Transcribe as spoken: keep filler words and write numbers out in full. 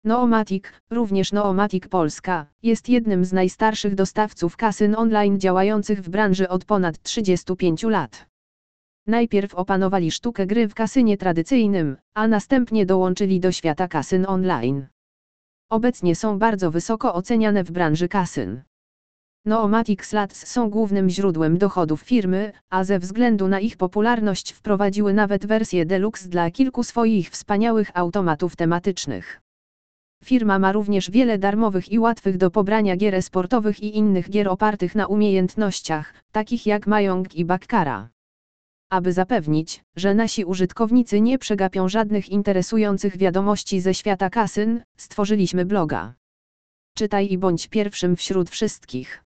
Noomatic, również Noomatic Polska, jest jednym z najstarszych dostawców kasyn online działających w branży od ponad trzydziestu pięciu lat. Najpierw opanowali sztukę gry w kasynie tradycyjnym, a następnie dołączyli do świata kasyn online. Obecnie są bardzo wysoko oceniane w branży kasyn. Noomatic Slots są głównym źródłem dochodów firmy, a ze względu na ich popularność wprowadziły nawet wersję deluxe dla kilku swoich wspaniałych automatów tematycznych. Firma ma również wiele darmowych i łatwych do pobrania gier e-sportowych i innych gier opartych na umiejętnościach, takich jak Mahjong i Baccara. Aby zapewnić, że nasi użytkownicy nie przegapią żadnych interesujących wiadomości ze świata kasyn, stworzyliśmy bloga. Czytaj i bądź pierwszym wśród wszystkich.